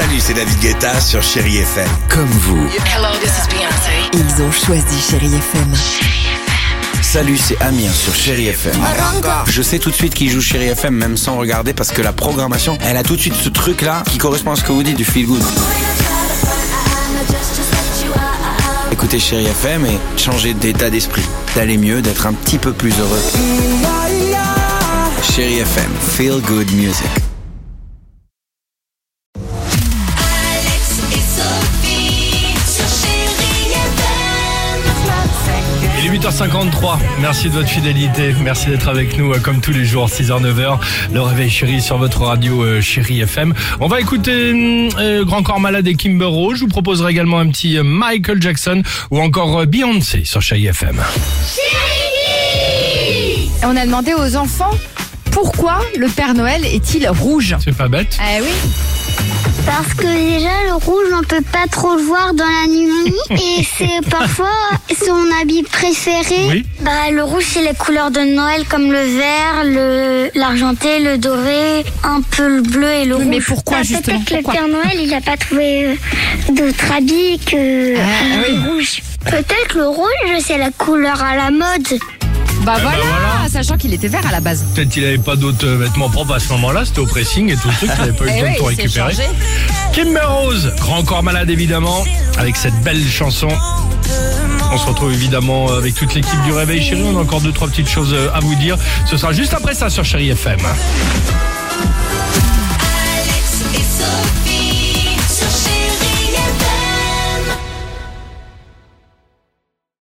Salut, c'est David Guetta sur Chérie FM. Comme vous. Hello, this is Beyoncé. Ils ont choisi Chérie FM. Salut, c'est Amir sur Chérie FM. Je sais tout de suite qui joue Chérie FM, même sans regarder, parce que la programmation, elle a tout de suite ce truc-là qui correspond à ce que vous dites du feel good. Écoutez Chérie FM et changez d'état d'esprit, d'aller mieux, d'être un petit peu plus heureux. Chérie FM, feel good music. Il est 8h53, merci de votre fidélité, merci d'être avec nous comme tous les jours, 6h, 9h, le réveil chéri sur votre radio Chérie FM. On va écouter Grand Corps Malade et Kimber Rose, je vous proposerai également un petit Michael Jackson ou encore Beyoncé sur Chérie FM. On a demandé aux enfants pourquoi le Père Noël est-il rouge. C'est pas bête. Oui. Parce que déjà, le rouge, on peut pas trop le voir dans la nuit. Et c'est parfois son habit préféré. Oui. Le rouge, c'est les couleurs de Noël, comme le vert, l'argenté, le doré, un peu le bleu et le rouge. Mais pourquoi, justement? Peut-être que le Père Noël, il a pas trouvé d'autre habit que le rouge. Peut-être le rouge, c'est la couleur à la mode. Voilà, sachant qu'il était vert à la base. Peut-être qu'il n'avait pas d'autres vêtements propres à ce moment-là, c'était au pressing et tout le truc, il n'avait pas eu le temps de tout récupérer. Kimber Rose, Grand Corps Malade évidemment, avec cette belle chanson. On se retrouve évidemment avec toute l'équipe du Réveil Chéri, on a encore 2-3 petites choses à vous dire. Ce sera juste après ça sur Chérie FM. Alex et Sophie.